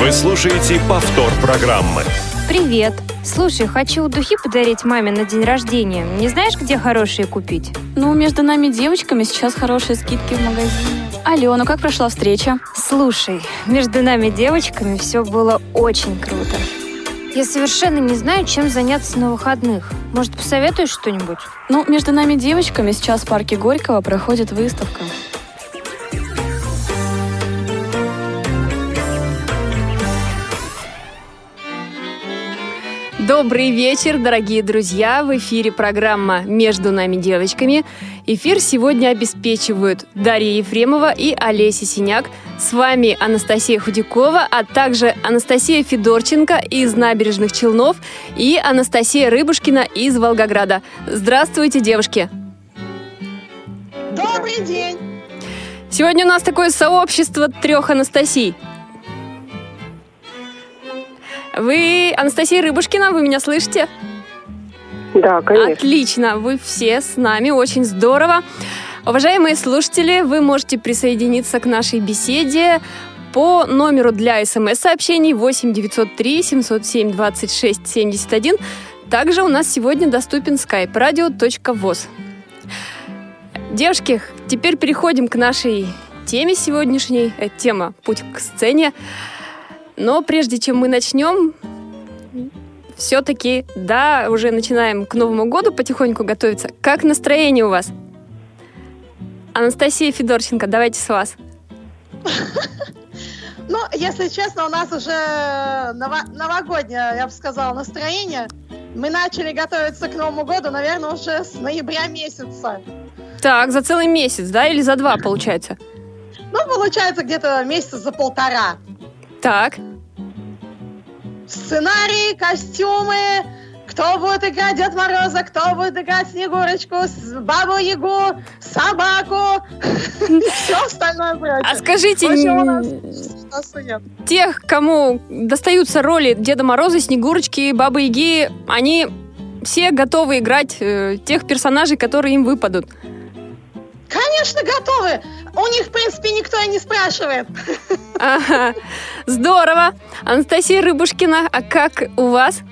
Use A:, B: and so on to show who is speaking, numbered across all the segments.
A: Вы слушаете повтор программы.
B: Привет. Слушай, хочу духи подарить маме на день рождения. Не знаешь, где хорошие купить?
C: Между нами девочками сейчас хорошие скидки в магазине. Алена, как прошла встреча?
B: Слушай, между нами девочками все было очень круто. Я совершенно не знаю, чем заняться на выходных. Может, посоветуешь что-нибудь?
C: Между нами девочками сейчас в парке Горького проходит выставка.
D: Добрый вечер, дорогие друзья! В эфире программа «Между нами девочками». Эфир сегодня обеспечивают Дарья Ефремова и Олеся Синяк. С вами Анастасия Худякова, а также Анастасия Федорченко из Набережных Челнов и Анастасия Рыбушкина из Волгограда. Здравствуйте, девушки!
E: Добрый день!
D: Сегодня у нас такое сообщество 3 Анастасий. Вы Анастасия Рыбушкина, вы меня слышите?
F: Да, конечно.
D: Отлично, вы все с нами, очень здорово. Уважаемые слушатели, вы можете присоединиться к нашей беседе по номеру для СМС-сообщений 8 903 707 26 71. Также у нас сегодня доступен skype radio.voz. Девушки, теперь переходим к нашей теме сегодняшней. Это тема «Путь к сцене». Но прежде чем мы начнем, все-таки, да, уже начинаем к Новому году потихоньку готовиться. Как настроение у вас? Анастасия Федорченко, давайте с вас.
E: Если честно, у нас уже новогоднее, я бы сказала, настроение. Мы начали готовиться к Новому году, наверное, уже с ноября месяца.
D: Так, за целый месяц, да, или за 2, получается?
E: Получается, где-то месяца за 1,5.
D: Так.
E: Сценарий, костюмы, кто будет играть Дед Мороза, кто будет играть Снегурочку, Бабу-Ягу, собаку и все остальное прочее.
D: А скажите, тех, кому достаются роли Деда Мороза, Снегурочки, Бабы-Яги, они все готовы играть тех персонажей, которые им выпадут?
E: Конечно, готовы. У них, в принципе, никто и не спрашивает.
D: Ага, здорово. Анастасия Рыбушкина, а как у вас?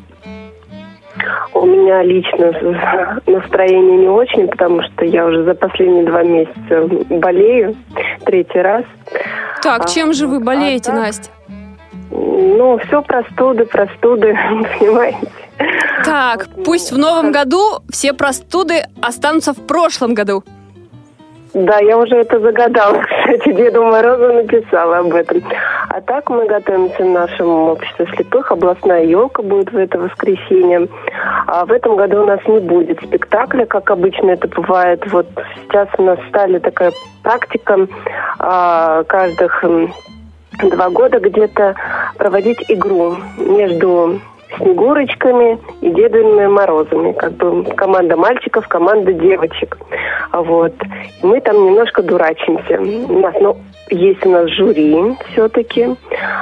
F: У меня лично настроение не очень, потому что я уже за последние 2 месяца болею 3-й раз.
D: Так, чем же вы болеете, Настя?
F: Все простуды, понимаете?
D: Так, пусть в новом году все простуды останутся в прошлом году.
F: Да, я уже это загадала, кстати, Деду Морозу написала об этом. А так мы готовимся в нашем обществе слепых. Областная елка будет в это воскресенье. А в этом году у нас не будет спектакля, как обычно это бывает. Вот сейчас у нас стали такая практика каждых 2 года где-то проводить игру между Снегурочками и Дедами Морозами. Как бы команда мальчиков, команда девочек. Вот. И мы там немножко дурачимся. Есть у нас жюри все-таки.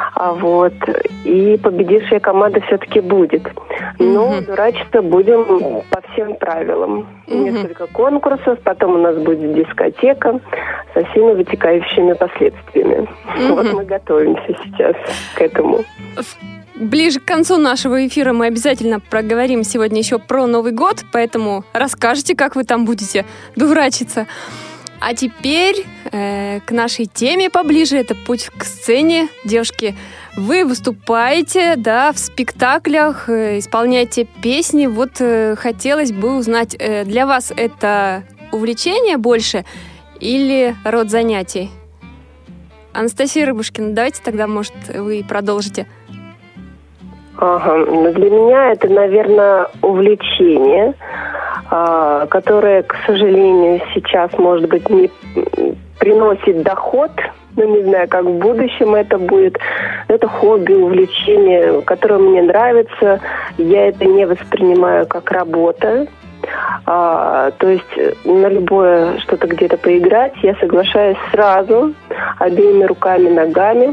F: И победившая команда все-таки будет. Но дурачиться будем по всем правилам. Несколько конкурсов, потом у нас будет дискотека со всеми вытекающими последствиями. Вот мы готовимся сейчас к этому.
D: Ближе к концу нашего эфира мы обязательно проговорим сегодня еще про Новый год, поэтому расскажете, как вы там будете дурачиться. А теперь к нашей теме поближе, это «Путь к сцене». Девушки, вы выступаете, да, в спектаклях, исполняете песни. Вот хотелось бы узнать, для вас это увлечение больше или род занятий? Анастасия Рыбушкина, давайте тогда, может, вы продолжите.
F: Ага. Для меня это, наверное, увлечение, которое, к сожалению, сейчас, может быть, не приносит доход. Не знаю, как в будущем это будет. Это хобби, увлечение, которое мне нравится. Я это не воспринимаю как работа. То есть на любое что-то где-то поиграть я соглашаюсь сразу, обеими руками, ногами.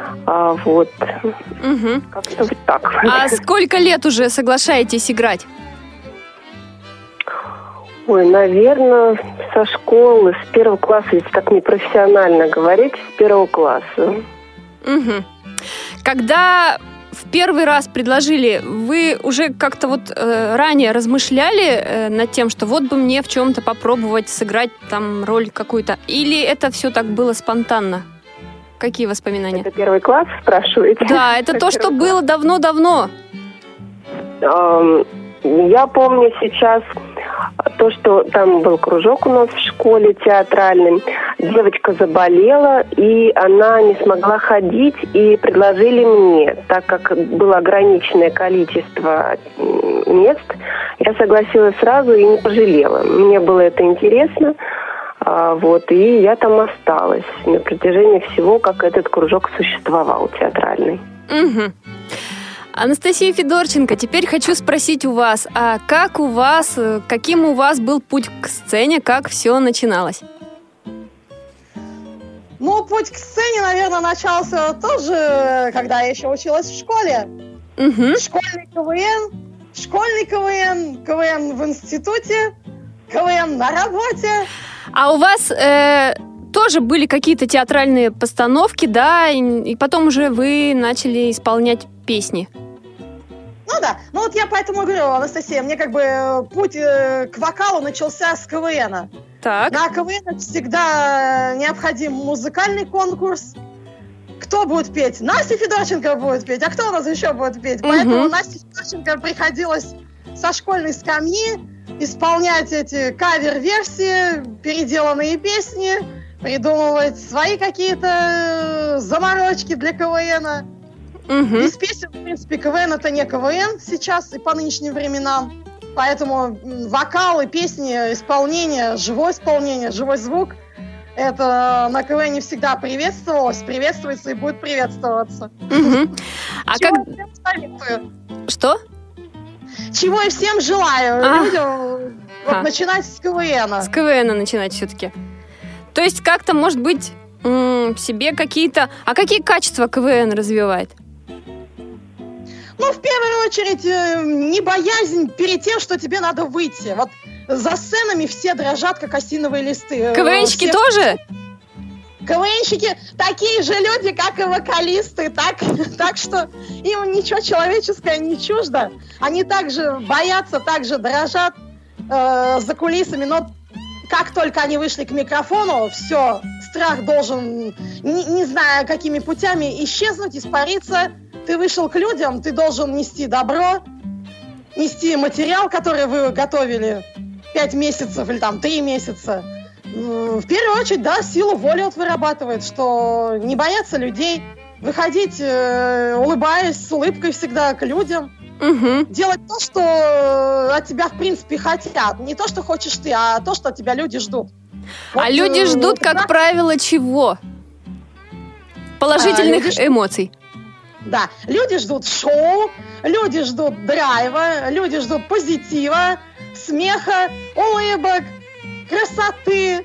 F: Как-то вот так.
D: А сколько лет уже соглашаетесь играть?
F: Ой, наверное, со школы, с 1 класса, если так непрофессионально говорить, с 1 класса.
D: Угу. Когда в первый раз предложили, вы уже как-то вот ранее размышляли над тем, что вот бы мне в чем-то попробовать сыграть там роль какую-то? Или это все так было спонтанно? Какие воспоминания?
F: Это первый класс, спрашиваете?
D: Да, это то, что было давно-давно.
F: Я помню сейчас то, что там был кружок у нас в школе театральный. Девочка заболела, и она не смогла ходить, и предложили мне, так как было ограниченное количество мест, я согласилась сразу и не пожалела. Мне было это интересно, и я там осталась на протяжении всего, как этот кружок существовал театральный.
D: Угу. Анастасия Федорченко, теперь хочу спросить у вас, а каким у вас был путь к сцене, как все начиналось?
E: Путь к сцене, наверное, начался тоже, когда я еще училась в школе.
D: Угу.
E: Школьный КВН в институте, КВН на работе.
D: А у вас тоже были какие-то театральные постановки, да, и потом уже вы начали исполнять песни?
E: Да. Я поэтому говорю, Анастасия, мне путь к вокалу начался с КВНа.
D: Так.
E: На КВН всегда необходим музыкальный конкурс. Кто будет петь? Настя Федорченко будет петь. А кто у нас еще будет петь? Поэтому Насте Федорченко приходилось со школьной скамьи исполнять эти кавер-версии, переделанные песни, придумывать свои какие-то заморочки для КВНа. Без песен, в принципе, КВН — это не КВН сейчас и по нынешним временам. Поэтому вокал и песни, исполнение, живой звук — это на КВН всегда приветствуется и будет приветствоваться.
D: Чего
E: я всем советую?
D: Что?
E: Чего я всем желаю людям начинать с КВНа.
D: С КВНа начинать все-таки. То есть как-то, может быть, себе какие-то... А какие качества КВН развивает?
E: В первую очередь, не боязнь перед тем, что тебе надо выйти. Вот за сценами все дрожат, как осиновые листы.
D: КВНщики тоже?
E: КВНщики такие же люди, как и вокалисты. Так что им ничего человеческое не чуждо. Они также боятся, также дрожат за кулисами. Но как только они вышли к микрофону, все, страх должен, не знаю какими путями, исчезнуть, испариться. Ты вышел к людям, ты должен нести добро, нести материал, который вы готовили 5 месяцев или 3 месяца. В первую очередь, силу воли вырабатывает, что не бояться людей, выходить, улыбаясь, с улыбкой всегда к людям, делать то, что от тебя, в принципе, хотят. Не то, что хочешь ты, а то, что от тебя люди ждут.
D: Люди ждут, как правило, чего? Положительных эмоций.
E: Да, люди ждут шоу, люди ждут драйва, люди ждут позитива, смеха, улыбок, красоты.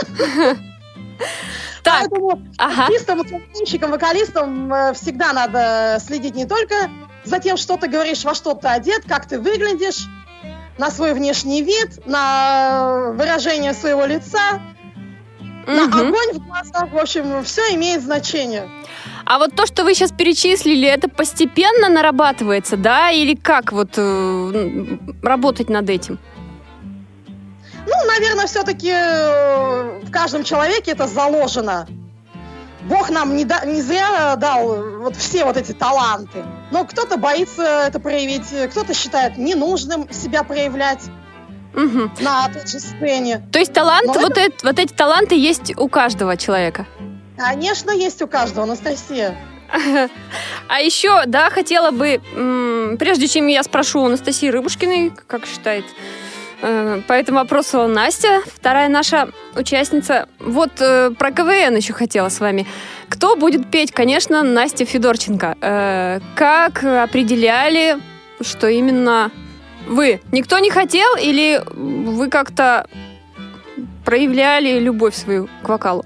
D: Так,
E: поэтому артистам, исполнительщикам, вокалистам всегда надо следить не только за тем, что ты говоришь, во что ты одет, как ты выглядишь, на свой внешний вид, на выражение своего лица, на огонь в глазах. В общем, все имеет значение.
D: А вот то, что вы сейчас перечислили, это постепенно нарабатывается, да? Или как работать над этим?
E: Наверное, все-таки в каждом человеке это заложено. Бог нам не зря дал все эти таланты. Но кто-то боится это проявить, кто-то считает ненужным себя проявлять на той же сцене.
D: То есть талант, эти таланты есть у каждого человека?
E: Конечно, есть у каждого, Анастасия.
D: А еще, хотела бы, прежде чем я спрошу Анастасии Рыбушкиной, как считает по этому вопросу Настя, вторая наша участница, про КВН еще хотела с вами. Кто будет петь? Конечно, Настя Федорченко. Как определяли, что именно вы? Никто не хотел или вы как-то проявляли любовь свою к вокалу?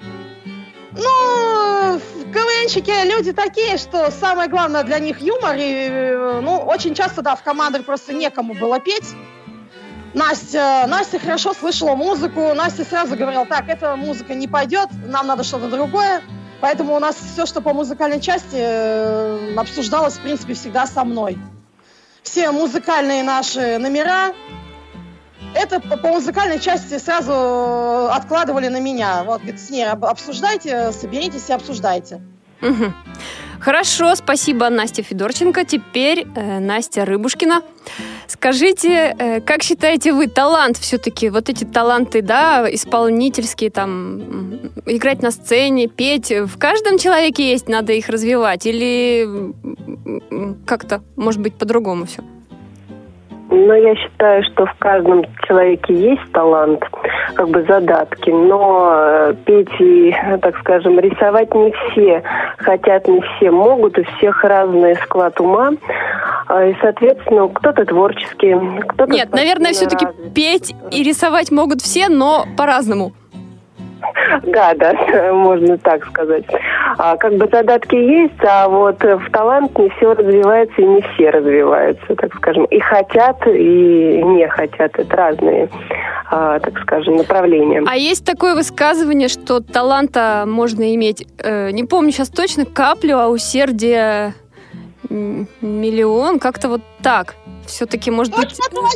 E: КВНщики люди такие, что самое главное для них юмор. И, очень часто, в командах просто некому было петь. Настя хорошо слышала музыку. Настя сразу говорила: так, эта музыка не пойдет, нам надо что-то другое. Поэтому у нас все, что по музыкальной части, обсуждалось, в принципе, всегда со мной. Все музыкальные наши номера, это по музыкальной части сразу откладывали на меня. Вот, говорит, с ней обсуждайте, соберитесь и обсуждайте.
D: Угу. Хорошо, спасибо, Настя Федорченко. Теперь Настя Рыбушкина. Скажите, как считаете вы, талант все-таки, вот эти таланты, да, исполнительские, там, играть на сцене, петь, в каждом человеке есть, надо их развивать? Или как-то, может быть, по-другому все?
F: Но я считаю, что в каждом человеке есть талант, как бы задатки, но петь и, так скажем, рисовать не все хотят, не все могут, у всех разный склад ума, и, соответственно, кто-то творческий, кто-то...
D: Нет, наверное, все-таки петь и рисовать могут все, но по-разному.
F: Да, можно так сказать. Как бы задатки есть, а вот в талант не все развивается и не все развиваются, так скажем. И хотят, и не хотят. Это разные, так скажем, направления.
D: А есть такое высказывание, что таланта можно иметь, не помню сейчас точно, каплю, а усердия миллион, как-то вот так. Все-таки, может быть...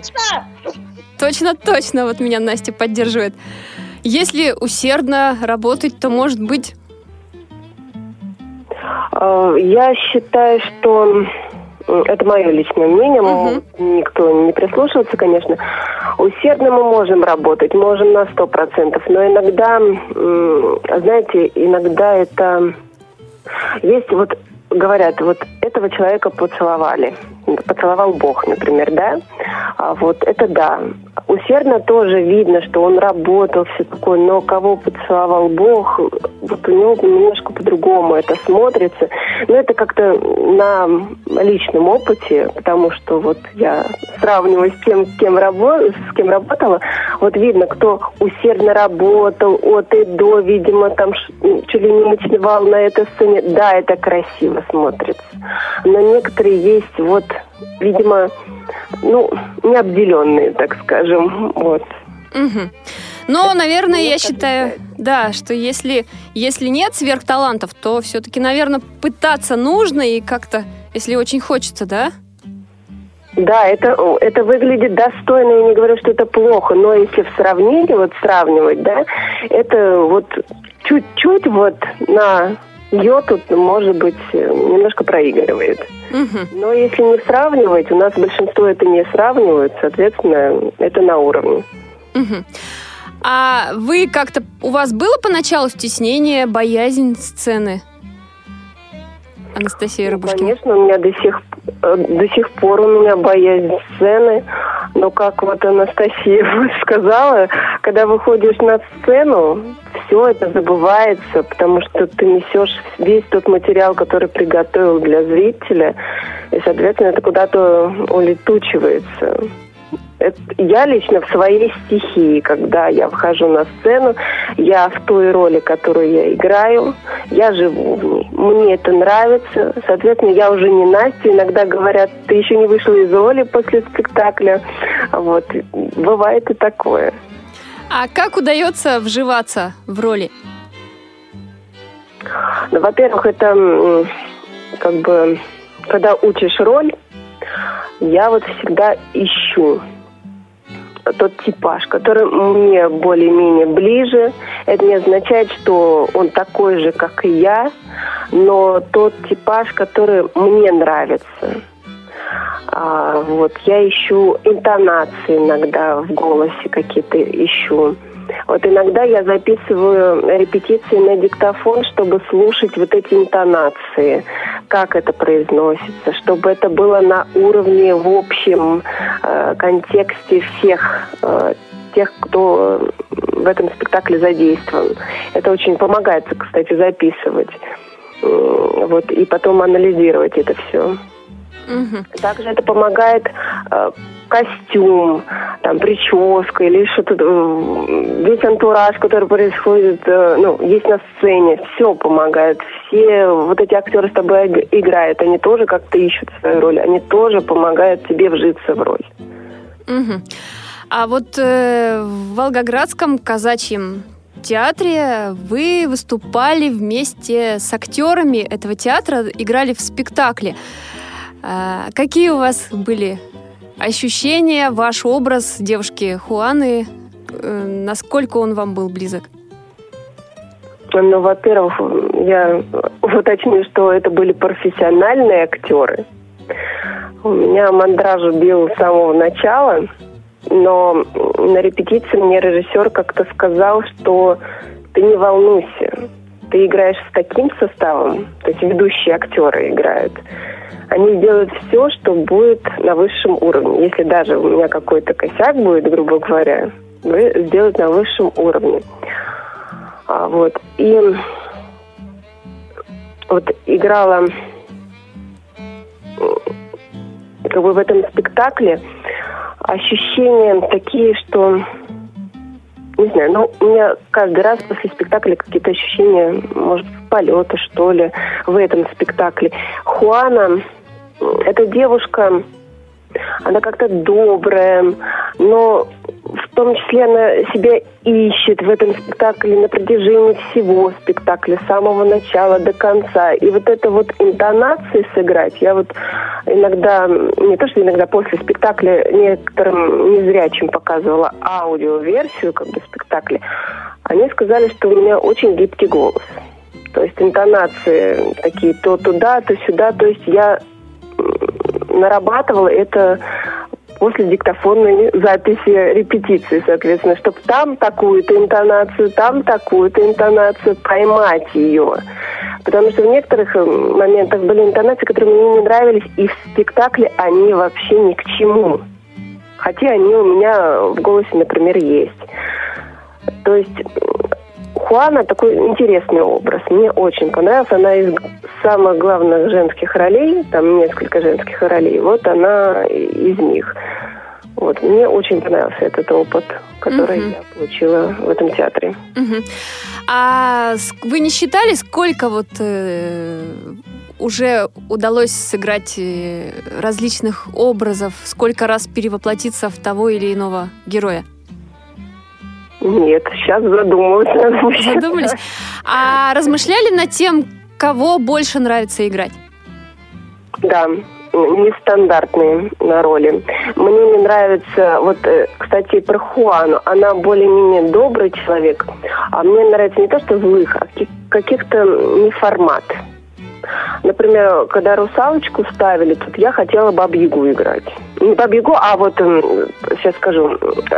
D: Точно! Вот меня Настя поддерживает. Если усердно работать, то, может быть...
F: Я считаю, что... Это мое личное мнение, никто не прислушивается, конечно. Усердно мы можем работать, можем на 100%, но иногда, знаете, иногда это... Есть вот... Говорят, вот этого человека поцеловали. Поцеловал Бог, например, да? А вот это да. Усердно тоже видно, что он работал, все такое, но кого поцеловал Бог, вот у него немножко по-другому это смотрится. Но это как-то на личном опыте, потому что вот я сравниваю с тем, с кем работала, вот видно, кто усердно работал от и до, видимо, там чуть ли не ночевал на этой сцене. Да, это красиво смотрится. Но некоторые есть вот, видимо, не обделенные, так скажем, вот.
D: Угу. Но, наверное, я считаю, да, что если нет сверхталантов, то все-таки, наверное, пытаться нужно и как-то, если очень хочется, да?
F: Да, это выглядит достойно, я не говорю, что это плохо, но если сравнивать, да, это вот чуть-чуть вот на... Ее тут, может быть, немножко проигрывает. Но если не сравнивать, у нас большинство это не сравнивают, соответственно, это на уровне.
D: А вы как-то... У вас было поначалу стеснение, боязнь сцены? Анастасия Рыбушкина.
F: Конечно, у меня до сих пор у меня боязнь сцены. Но как вот Анастасия сказала, когда выходишь на сцену, все это забывается, потому что ты несешь весь тот материал, который приготовил для зрителя, и, соответственно, это куда-то улетучивается. Я лично в своей стихии, когда я вхожу на сцену, я в той роли, которую я играю, я живу в ней. Мне это нравится. Соответственно, я уже не Настя. Иногда говорят, ты еще не вышла из роли после спектакля. Вот. Бывает и такое.
D: А как удается вживаться в роли?
F: Ну, во-первых, это как бы, когда учишь роль, я вот всегда ищу тот типаж, который мне более-менее ближе. Это не означает, что он такой же, как и я, но тот типаж, который мне нравится. Вот я ищу интонации иногда в голосе какие-то ищу. Вот иногда я записываю репетиции на диктофон, чтобы слушать вот эти интонации, как это произносится, чтобы это было на уровне в общем контексте всех тех, кто в этом спектакле задействован. Это очень помогает, кстати, записывать. Вот, и потом анализировать это все. Также это помогает костюм, там, прическа или что-то, весь антураж, который происходит, есть на сцене, все помогает. Все вот эти актеры с тобой играют, они тоже как-то ищут свою роль, они тоже помогают тебе вжиться в роль.
D: А вот в Волгоградском казачьем театре вы выступали вместе с актерами этого театра, играли в спектакле. Какие у вас были ощущения, ваш образ девушки Хуаны? Насколько он вам был близок?
F: Ну, во-первых, я уточню, что это были профессиональные актеры. У меня мандраж бил с самого начала, но на репетиции мне режиссер как-то сказал, что ты не волнуйся, ты играешь с таким составом, то есть ведущие актеры играют. Они сделают все, что будет на высшем уровне. Если даже у меня какой-то косяк будет, грубо говоря, сделают на высшем уровне. Вот. И вот играла как бы в этом спектакле ощущения такие, что не знаю, но у меня каждый раз после спектакля какие-то ощущения, может, полета, что ли, в этом спектакле. Хуана, эта девушка, она как-то добрая, но в том числе она себя ищет в этом спектакле на протяжении всего спектакля, с самого начала до конца. И вот это вот интонации сыграть, я вот иногда, не то что иногда после спектакля некоторым незрячим показывала аудиоверсию как бы спектакля, они сказали, что у меня очень гибкий голос. То есть интонации такие то туда, то сюда. То есть я нарабатывала это после диктофонной записи репетиции, соответственно, чтобы там такую-то интонацию, там такую-то интонацию, поймать ее. Потому что в некоторых моментах были интонации, которые мне не нравились, и в спектакле они вообще ни к чему. Хотя они у меня в голосе, например, есть. То есть Хуана такой интересный образ. Мне очень понравился. Она из самых главных женских ролей, там несколько женских ролей, вот она из них. Вот. Мне очень понравился этот опыт, который я получила в этом театре.
D: А вы не считали, сколько вот уже удалось сыграть различных образов, сколько раз перевоплотиться в того или иного героя?
F: Нет, сейчас задумалась.
D: Задумались? А размышляли над тем, кого больше нравится играть?
F: Да, нестандартные роли. Мне не нравится, вот, кстати, про Хуану, она более-менее добрый человек, а мне нравится не то, что злых, а каких-то не формат. Например, когда «Русалочку» ставили, тут я хотела Бабу-Ягу играть. Не Бабу-Ягу, а вот, сейчас скажу,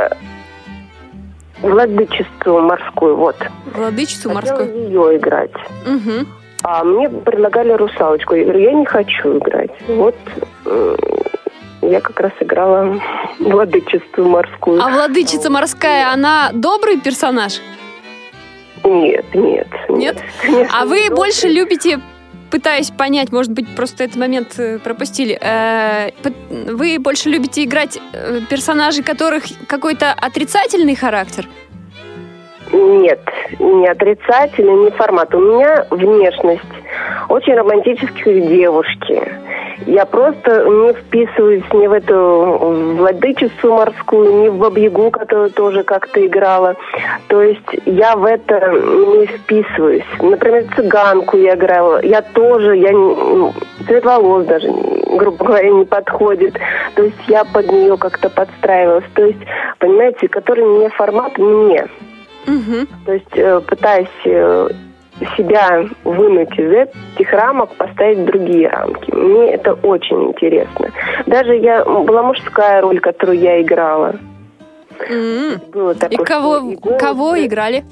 F: Владычицу морскую, вот.
D: Владычицу
F: хотела
D: морскую?
F: ее играть.
D: Угу.
F: А мне предлагали «Русалочку». Я говорю, я не хочу играть. Вот я как раз играла Владычицу морскую.
D: А Владычица морская, она добрый персонаж?
F: Нет?
D: Нет? А вы больше любите, пытаюсь понять, может быть, просто этот момент пропустили, вы больше любите играть персонажей, которых какой-то отрицательный характер?
F: Нет, не отрицательный, не формат. У меня внешность очень романтической девушки. Я просто не вписываюсь ни в эту Владычицу морскую, ни в Бабу-Ягу, которую тоже как-то играла. То есть я в это не вписываюсь. Например, цыганку я играла. Я цвет волос даже, грубо говоря, не подходит. То есть я под нее как-то подстраивалась. То есть, понимаете, который не формат мне.
D: Угу.
F: То есть пытаюсь себя вынуть из этих рамок, поставить в другие рамки. Мне это очень интересно. Даже была мужская роль, которую я играла. Было такое,
D: и кого играли?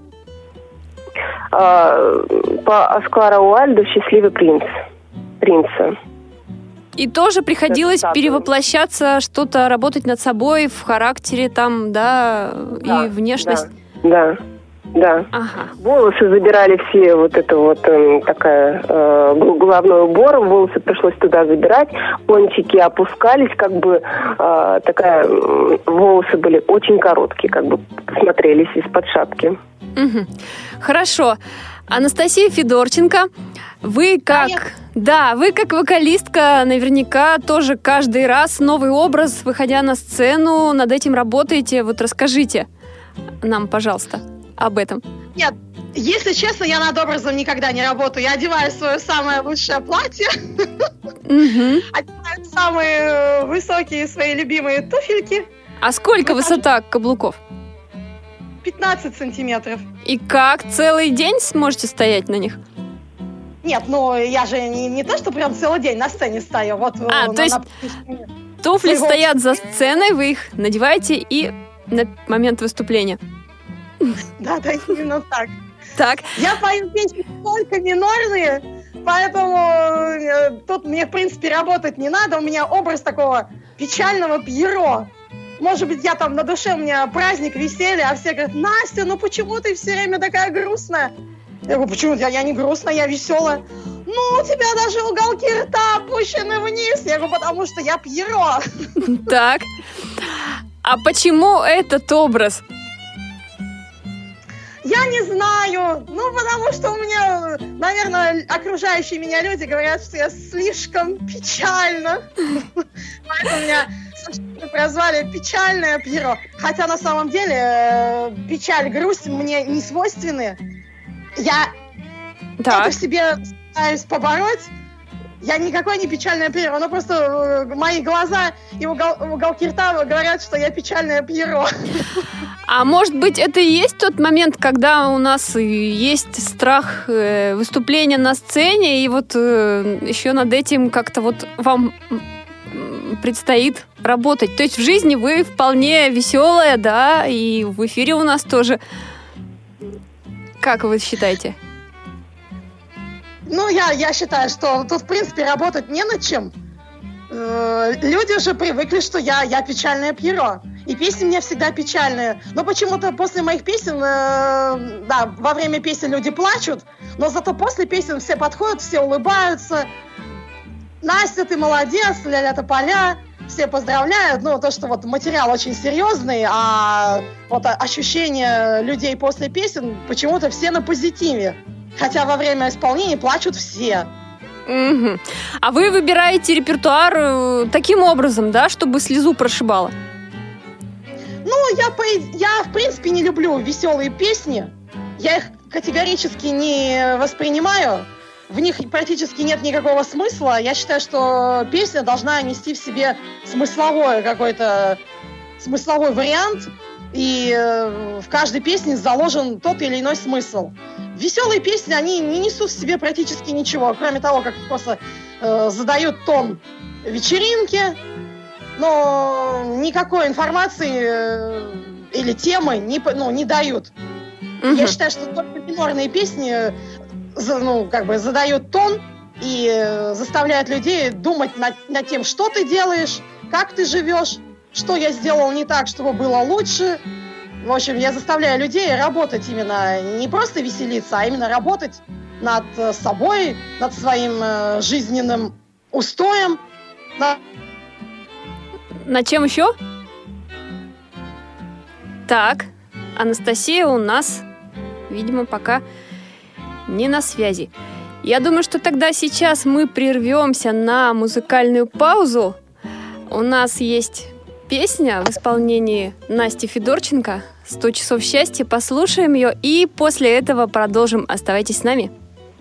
F: По Оскару Уайльду «Счастливый принца».
D: И тоже приходилось перевоплощаться, что-то работать над собой в характере там, да, и внешность?
F: Да.
D: Ага.
F: Волосы забирали все, вот это вот такая головной убор, волосы пришлось туда забирать, кончики опускались, как бы волосы были очень короткие, как бы смотрелись из-под шапки.
D: Угу. Хорошо. Анастасия Федорченко, вы как вокалистка наверняка тоже каждый раз новый образ, выходя на сцену, над этим работаете. Вот расскажите нам, пожалуйста, об этом.
E: Нет, если честно, я над образом никогда не работаю. Я одеваю свое самое лучшее платье, одеваю самые высокие свои любимые туфельки.
D: А сколько высота каблуков?
E: 15 сантиметров.
D: И как, целый день сможете стоять на них?
E: Нет, ну я же не то, что прям целый день на сцене стою. Вот,
D: то есть туфли стоят за сценой, вы их надеваете и на момент выступления.
E: Да, именно так.
D: Так.
E: Я пою песни только минорные, поэтому тут мне, в принципе, работать не надо. У меня образ такого печального Пьеро. Может быть, я там на душе, у меня праздник, веселье, а все говорят: Настя, ну почему ты все время такая грустная? Я говорю: почему? Я не грустная, я веселая. Ну, у тебя даже уголки рта опущены вниз. Я говорю: потому что я Пьеро.
D: Так. А почему этот образ?
E: Я не знаю. Ну, потому что у меня, наверное, окружающие меня люди говорят, что я слишком печальна. Поэтому меня прозвали печальная Пьеро. Хотя на самом деле печаль, грусть мне не свойственны. Я это в себе стараюсь побороть. Я никакой не печальная Пьеро, но просто мои глаза и уголки рта говорят, что я печальная Пьеро.
D: А может быть, это и есть тот момент, когда у нас есть страх выступления на сцене, и вот еще над этим как-то вот вам предстоит работать. То есть в жизни вы вполне веселая, да, и в эфире у нас тоже. Как вы считаете?
E: Ну, я считаю, что тут, в принципе, работать не над чем. Люди уже привыкли, что я печальная Пьеро. И песни у меня всегда печальные. Но почему-то после моих песен, да, во время песен люди плачут, но зато после песен все подходят, все улыбаются. Настя, ты молодец, ля-ля тополя. Все поздравляют. Ну, то, что вот материал очень серьезный, а вот ощущения людей после песен почему-то все на позитиве. Хотя во время исполнения плачут все.
D: Угу. А вы выбираете репертуар таким образом, да, чтобы слезу прошибало?
E: Ну, я в принципе не люблю веселые песни. Я их категорически не воспринимаю. В них практически нет никакого смысла. Я считаю, что песня должна нести в себе смысловой вариант. И в каждой песне заложен тот или иной смысл. Веселые песни, они не несут в себе практически ничего, кроме того, как просто задают тон вечеринки, но никакой информации или темы не дают. Угу. Я считаю, что только минорные песни задают тон и заставляют людей думать над тем, что ты делаешь, как ты живешь, что я сделал не так, чтобы было лучше. В общем, я заставляю людей работать именно, не просто веселиться, а именно работать над собой, над своим жизненным устоем.
D: Над чем еще? Так, Анастасия у нас, видимо, пока не на связи. Я думаю, что тогда сейчас мы прервемся на музыкальную паузу. У нас есть песня в исполнении Насти Федорченко «100 часов счастья». Послушаем ее и после этого продолжим. Оставайтесь с нами.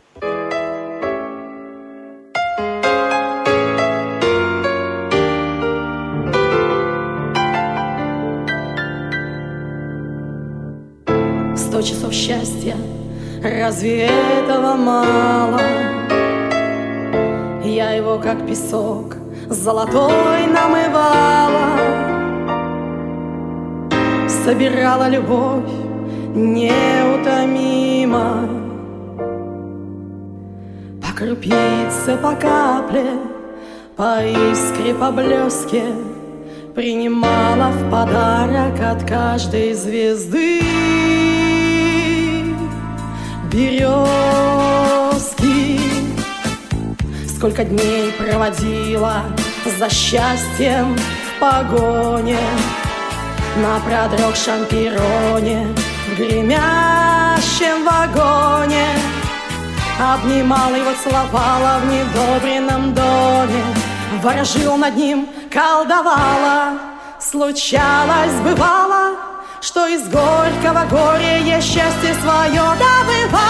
G: «100 часов счастья, разве этого мало? Я его, как песок, золотой намывала, собирала любовь неутомимо, по крупице, по капле, по искре, по блеске, принимала в подарок от каждой звезды березки. Сколько дней проводила за счастьем в погоне, на продрогшем перроне, в гремящем вагоне. Обнимала его, целовала в недобренном доме, ворожил над ним, колдовала. Случалось, бывало, что из горького горя счастье свое добывала.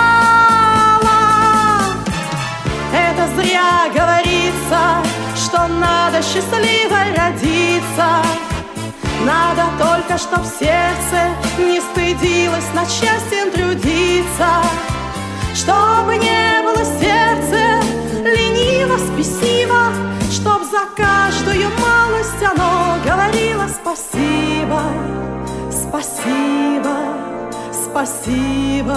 G: Это зря говорится, что надо счастливой родиться. Надо только, чтоб сердце не стыдилось над счастьем трудиться. Чтобы не было сердце лениво, спесиво, чтоб за каждую малость оно говорило спасибо, спасибо, спасибо.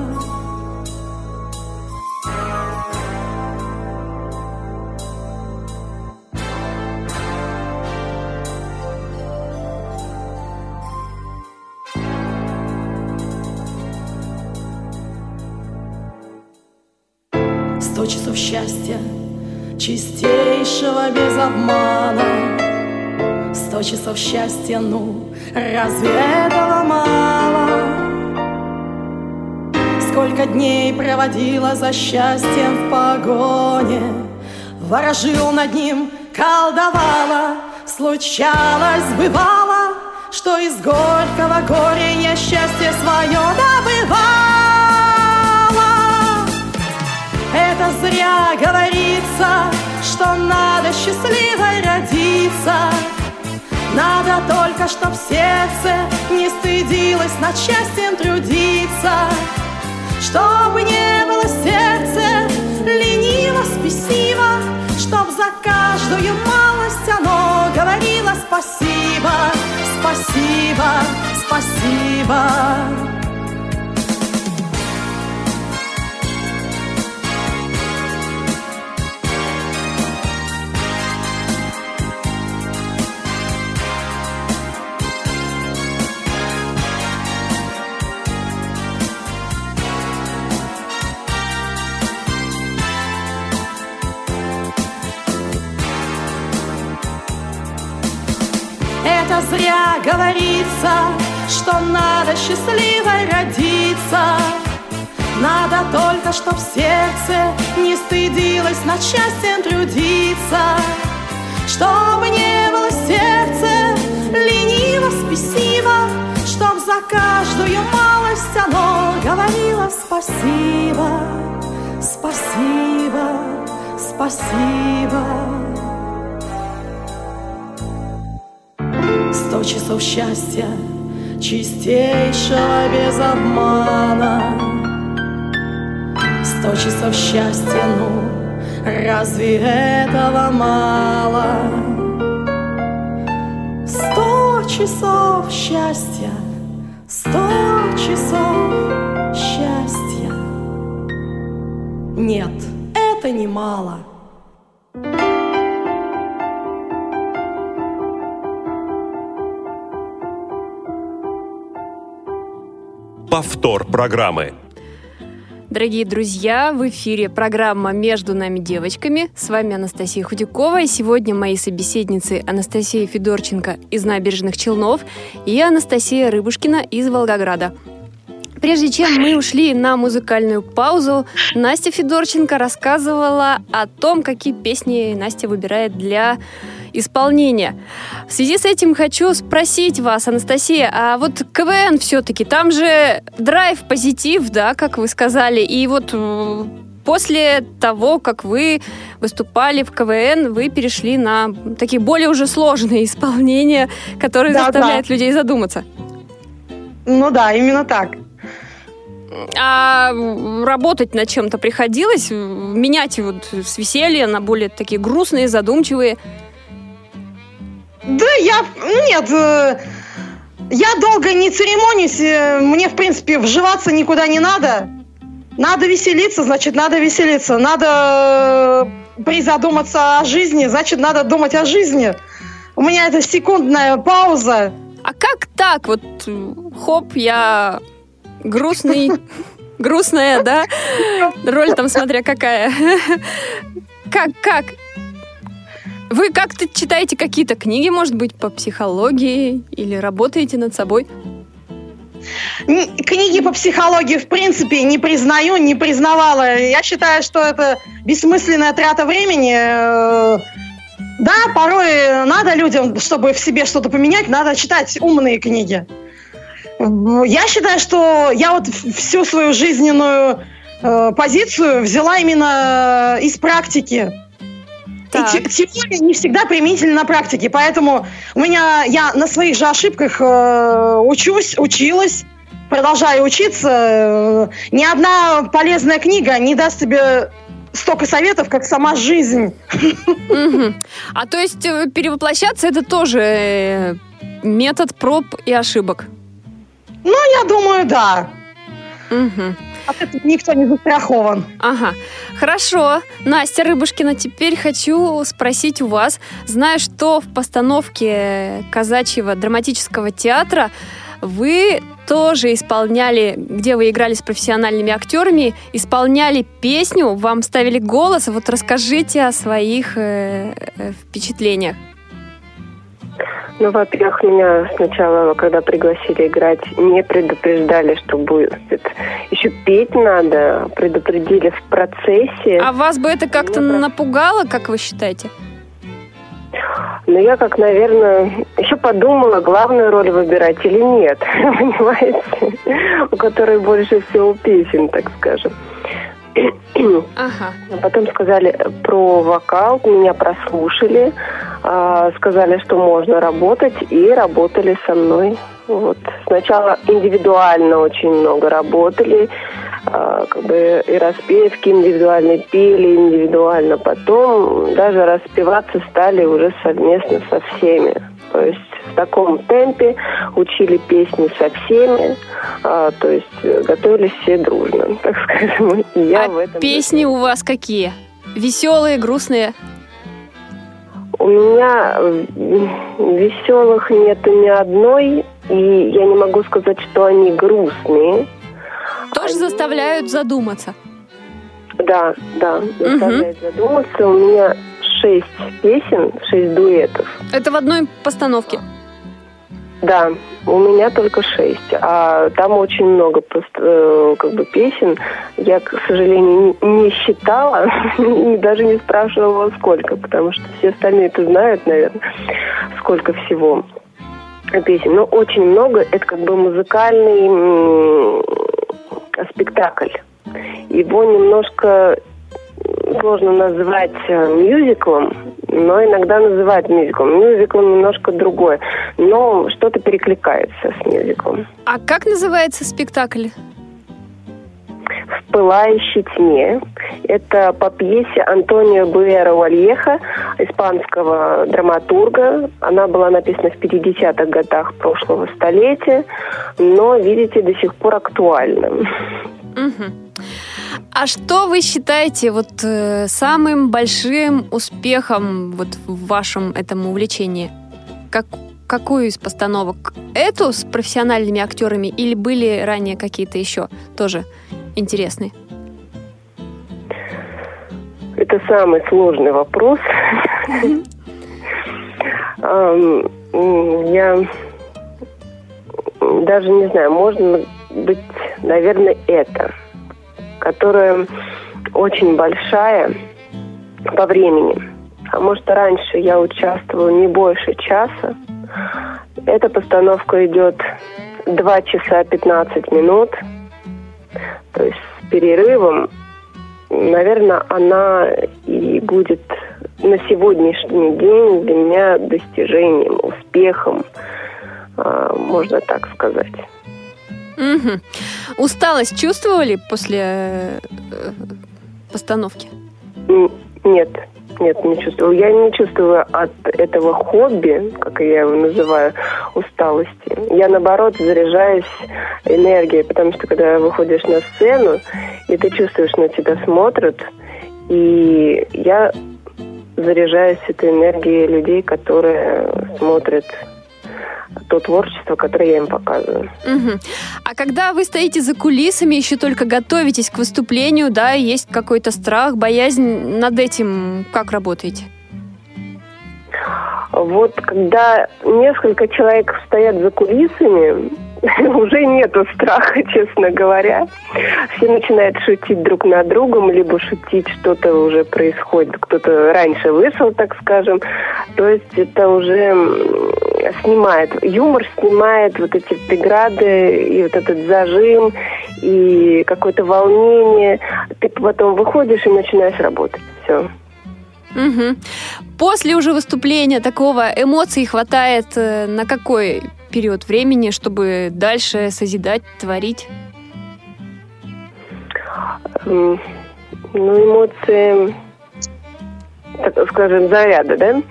G: Сто часов счастья, чистейшего без обмана. 100 часов счастья, ну, разве этого мало? Сколько дней проводила за счастьем в погоне, ворожил над ним, колдовала. Случалось, бывало, что из горького горя я счастье свое добывала. Это зря говорится, что надо счастливой родиться. Надо только, чтоб сердце не стыдилось над счастьем трудиться. Чтобы не было сердце лениво, спесиво, чтоб за каждую малость оно говорило спасибо, спасибо, спасибо. Это зря говорится, что надо счастливой родиться. Надо только, чтоб сердце не стыдилось над счастьем трудиться. Чтобы не было сердце лениво, спесиво, чтоб за каждую малость оно говорило спасибо, спасибо, спасибо. 100 часов счастья, чистейшего без обмана. 100 часов счастья, ну, разве этого мало? 100 часов счастья, 100 часов счастья. Нет, это не мало.
A: Повтор программы.
D: Дорогие друзья, в эфире программа «Между нами девочками». С вами Анастасия Худякова. И сегодня мои собеседницы Анастасия Федорченко из Набережных Челнов и Анастасия Рыбушкина из Волгограда. Прежде чем мы ушли на музыкальную паузу, Настя Федорченко рассказывала о том, какие песни Настя выбирает для исполнения. В связи с этим хочу спросить вас, Анастасия, а вот КВН все-таки, там же драйв, позитив, да, как вы сказали, и вот после того, как вы выступали в КВН, вы перешли на такие более уже сложные исполнения, которые заставляют людей задуматься.
E: Ну да, именно так.
D: А работать над чем-то приходилось? Менять вот с веселья на более такие грустные, задумчивые?
E: Да, нет, я долго не церемонюсь, мне, в принципе, вживаться никуда не надо. Надо веселиться, значит, надо веселиться. Надо призадуматься о жизни, значит, надо думать о жизни. У меня это секундная пауза.
D: А как так? Вот, хоп, я грустный, грустная, да? Роль там смотря какая. Как? Вы как-то читаете какие-то книги, может быть, по психологии или работаете над собой?
E: Книги по психологии, в принципе, не признаю, не признавала. Я считаю, что это бессмысленная трата времени. Да, порой надо людям, чтобы в себе что-то поменять, надо читать умные книги. Я считаю, что я вот всю свою жизненную позицию взяла именно из практики.
D: Так.
E: И теория не всегда применительна на практике, поэтому я на своих же ошибках училась, продолжаю учиться. Ни одна полезная книга не даст тебе столько советов, как сама жизнь.
D: А то есть перевоплощаться это тоже метод проб и ошибок?
E: Ну, я думаю, да. От этого никто не застрахован.
D: Ага, хорошо. Настя Рыбушкина, теперь хочу спросить у вас. Знаю, что в постановке Казачьего драматического театра вы тоже исполняли, где вы играли с профессиональными актерами, исполняли песню, вам ставили голос. Вот расскажите о своих впечатлениях.
F: Ну, во-первых, меня сначала, когда пригласили играть, не предупреждали, что будет. Еще петь надо, предупредили в процессе.
D: А вас бы это как-то напугало, как вы считаете?
F: Ну, я наверное, еще подумала, главную роль выбирать или нет, понимаете? У которой больше всего песен, так скажем.
D: Ага.
F: Потом сказали про вокал, меня прослушали, сказали, что можно работать, и работали со мной. Вот. Сначала индивидуально очень много работали, и распевки индивидуально пели, индивидуально. Потом даже распеваться стали уже совместно со всеми. То есть в таком темпе учили песни со всеми, то есть готовились все дружно, так скажем. И я в этом
D: песни у вас какие? Веселые, грустные?
F: У меня веселых нету ни одной, и я не могу сказать, что они грустные.
D: Тоже заставляют задуматься?
F: Да, заставляют задуматься. У меня 6 песен, 6 дуэтов.
D: Это в одной постановке?
F: Да, у меня только 6, а там очень много песен. Я, к сожалению, не считала и даже не спрашивала, сколько, потому что все остальные это знают, наверное, сколько всего песен. Но очень много, это музыкальный спектакль. Его немножко сложно назвать мюзиклом, но иногда называют мюзиклом. Мюзикл немножко другое, но что-то перекликается с мюзиклом.
D: А как называется спектакль?
F: «В пылающей тьме». Это по пьесе Антонио Буэро Вальеха, испанского драматурга. Она была написана в 50-х годах прошлого столетия, но, видите, до сих пор актуальна.
D: А что вы считаете самым большим успехом в вашем этом увлечении? Какую из постановок? Эту с профессиональными актерами или были ранее какие-то еще тоже интересные?
F: Это самый сложный вопрос. Я даже не знаю, можно быть, наверное, это, которая очень большая по времени. А может, раньше я участвовала не больше часа. Эта постановка идет 2 часа 15 минут. То есть с перерывом, наверное, она и будет на сегодняшний день для меня достижением, успехом, можно так сказать.
D: Усталость чувствовали после постановки?
F: Нет, не чувствовала. Я не чувствую от этого хобби, как я его называю, усталости. Я, наоборот, заряжаюсь энергией, потому что, когда выходишь на сцену, и ты чувствуешь, на тебя смотрят, и я заряжаюсь этой энергией людей, которые смотрят то творчество, которое я им показываю.
D: А когда вы стоите за кулисами, еще только готовитесь к выступлению, да, есть какой-то страх, боязнь, над этим как работаете?
F: Вот когда несколько человек стоят за кулисами, уже нету страха, честно говоря. Все начинают шутить друг над другом, либо шутить, что-то уже происходит. Кто-то раньше вышел, так скажем. То есть это уже снимает, юмор снимает вот эти преграды и вот этот зажим, и какое-то волнение. Ты потом выходишь и начинаешь работать. Все.
D: Угу. После уже выступления такого эмоций хватает на какой период времени, чтобы дальше созидать, творить?
F: Эмоции, так скажем, заряда, да?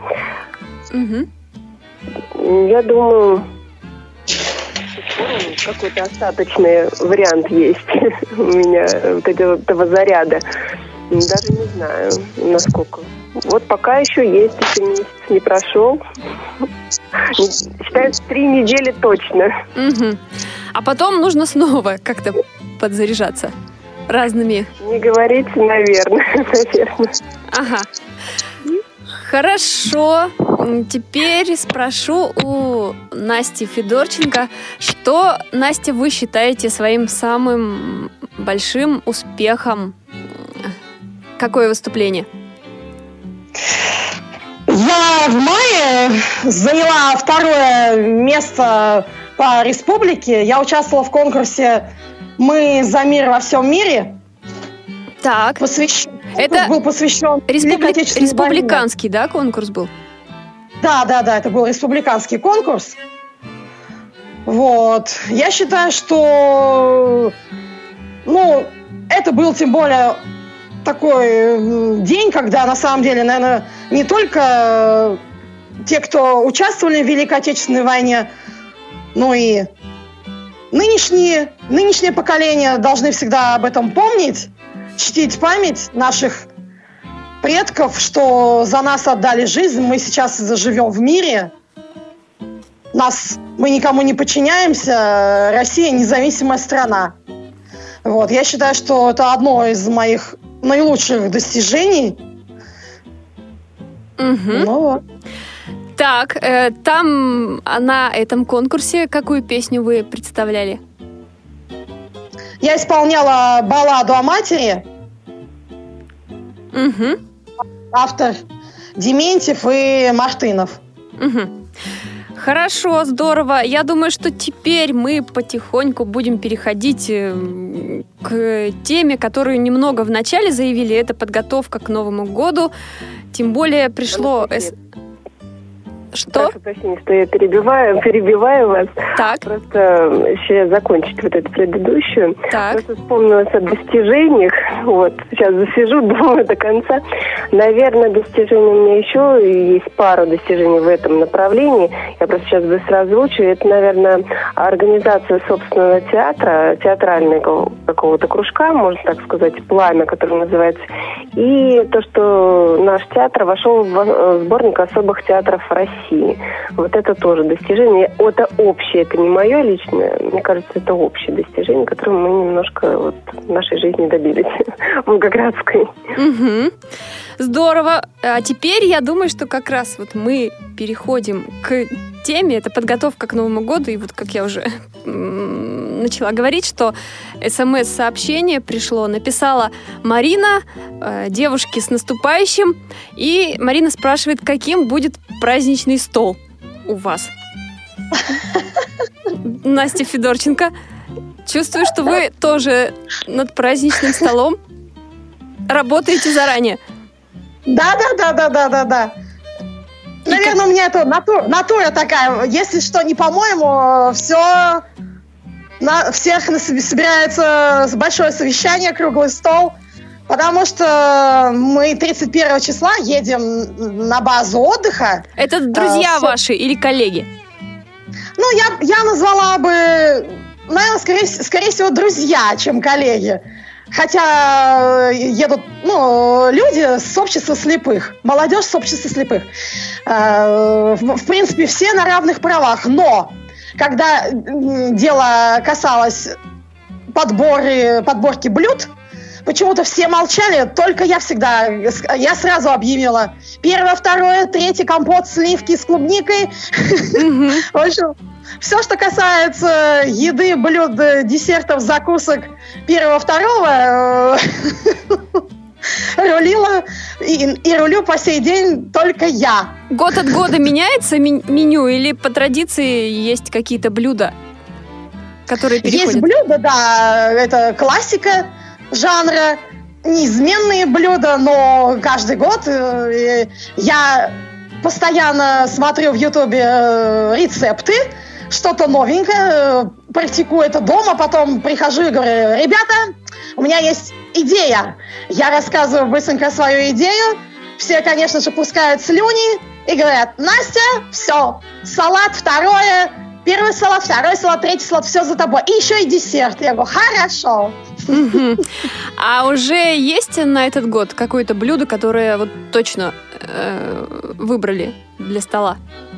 D: Угу.
F: Я думаю, какой-то остаточный вариант есть у меня вот этого заряда. Даже не знаю, насколько. Вот пока еще есть, еще месяц не прошел. Считаю, 3 недели точно.
D: Угу. А потом нужно снова как-то подзаряжаться разными.
F: Не говорите, наверное.
D: Ага. Хорошо. Теперь спрошу у Насти Федорченко, что, Настя, вы считаете своим самым большим успехом? Какое выступление?
E: Я в мае заняла 2-е место по республике. Я участвовала в конкурсе «Мы за мир во всем мире».
D: Так.
E: Это был посвящен
D: республиканский, да, конкурс был?
E: Да, это был республиканский конкурс. Вот. Я считаю, что это был тем более такой день, когда на самом деле, наверное, не только те, кто участвовали в Великой Отечественной войне, но и нынешнее поколение должны всегда об этом помнить, чтить память наших предков, что за нас отдали жизнь, мы сейчас живем в мире, мы никому не подчиняемся, Россия независимая страна. Вот. Я считаю, что это одно из моих наилучших достижений.
D: Угу. Так, там на этом конкурсе какую песню вы представляли?
E: Я исполняла балладу о матери.
D: Угу.
E: Автор Дементьев и Мартынов.
D: Угу. Хорошо, здорово. Я думаю, что теперь мы потихоньку будем переходить к теме, которую немного вначале заявили. Это подготовка к Новому году. Тем более пришло... Что?
F: Прошу прощения, что я перебиваю вас.
D: Так.
F: Просто еще закончить вот эту предыдущую.
D: Так.
F: Просто вспомнилось о достижениях. Вот, сейчас засижу, думаю до конца. Наверное, достижения у меня еще есть пару достижений в этом направлении. Я просто сейчас быстро озвучу. Это, наверное, организация собственного театра, театрального какого-то кружка, можно так сказать, «Пламя», который называется. И то, что наш театр вошел в сборник особых театров России. Вот это тоже достижение. Это общее, это не мое личное. Мне кажется, это общее достижение, которое мы немножко в нашей жизни добились. Волгоградской.
D: Угу. Здорово. А теперь я думаю, что как раз мы переходим к теме. Это подготовка к Новому году. И как я уже начала говорить, что СМС-сообщение пришло. Написала Марина, девушки, с наступающим. И Марина спрашивает, каким будет праздничный стол у вас. Настя Федорченко, чувствую, что вы тоже над праздничным столом работаете заранее.
E: Да. Наверное, у меня это натура такая. Если что, не по-моему, всех собирается большое совещание, круглый стол. Потому что мы 31 числа едем на базу отдыха.
D: Это друзья ваши или коллеги?
E: Я назвала бы, наверное, скорее всего, друзья, чем коллеги. Хотя едут люди с общества слепых, молодежь с общества слепых. В принципе, все на равных правах. Но когда дело касалось подборки блюд, почему-то все молчали, только я сразу объявила. 1, 2, 3 компот, сливки с клубникой. В общем, Все, что касается еды, блюд, десертов, закусок первого-второго, рулила и рулю по сей день только я.
D: Год от года меняется меню или по традиции есть какие-то блюда, которые переходят?
E: Есть блюда, да, это классика жанра, неизменные блюда, но каждый год я постоянно смотрю в Ютубе рецепты, что-то новенькое, практикую это дома, потом прихожу и говорю: ребята, у меня есть идея. Я рассказываю быстренько свою идею, все, конечно же, пускают слюни и говорят: Настя, все, салат, второе, первый салат, второй салат, третий салат, все за тобой. И еще и десерт. Я говорю: хорошо.
D: А уже есть на этот год какое-то блюдо, которое вот точно выбрали для стола?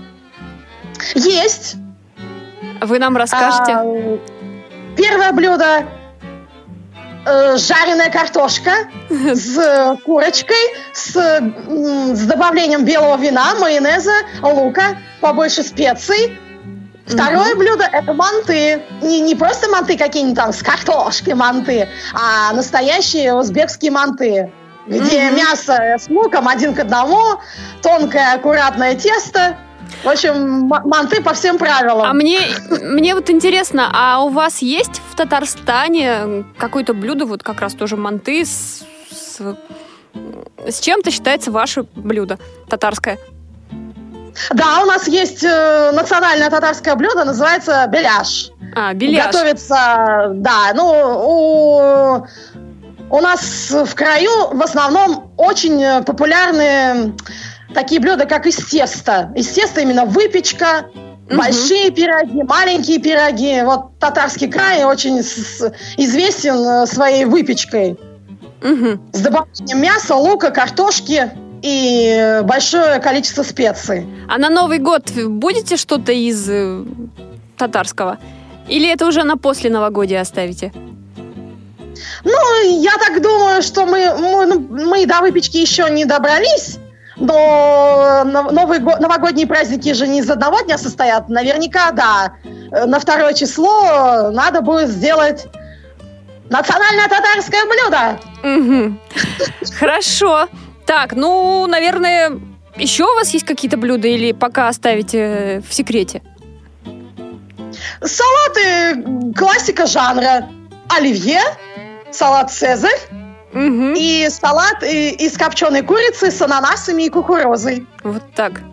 E: Есть.
D: Вы нам расскажете?
E: Первое блюдо жареная картошка с курочкой, с добавлением белого вина, майонеза, лука, побольше специй. Второе блюдо – это манты. Не просто манты какие-нибудь там с картошкой манты, а настоящие узбекские манты, где мясо с луком 1 к 1, тонкое аккуратное тесто. В общем, манты по всем правилам.
D: А мне вот интересно, а у вас есть в Татарстане какое-то блюдо, вот как раз тоже манты, с чем-то считается ваше блюдо татарское?
E: Да, у нас есть национальное татарское блюдо, называется беляш.
D: Беляш.
E: Готовится, да, у нас в краю в основном очень популярны такие блюда, как из теста. Из теста именно выпечка, большие пироги, маленькие пироги. Вот татарский край очень известен своей выпечкой. С добавлением мяса, лука, картошки и большое количество специй.
D: А на Новый год будете что-то из татарского? Или это уже на после новогодия оставите?
E: Ну, я так думаю, что мы до выпечки еще не добрались. Но новогодние праздники же не из одного дня состоят. Наверняка, да, на 2 число надо будет сделать национальное татарское блюдо.
D: Хорошо. Так, наверное, еще у вас есть какие-то блюда или пока оставите в секрете?
E: Салаты классика жанра. Оливье, салат «Цезарь», и салат из копченой курицы с ананасами и кукурузой.
D: Вот так.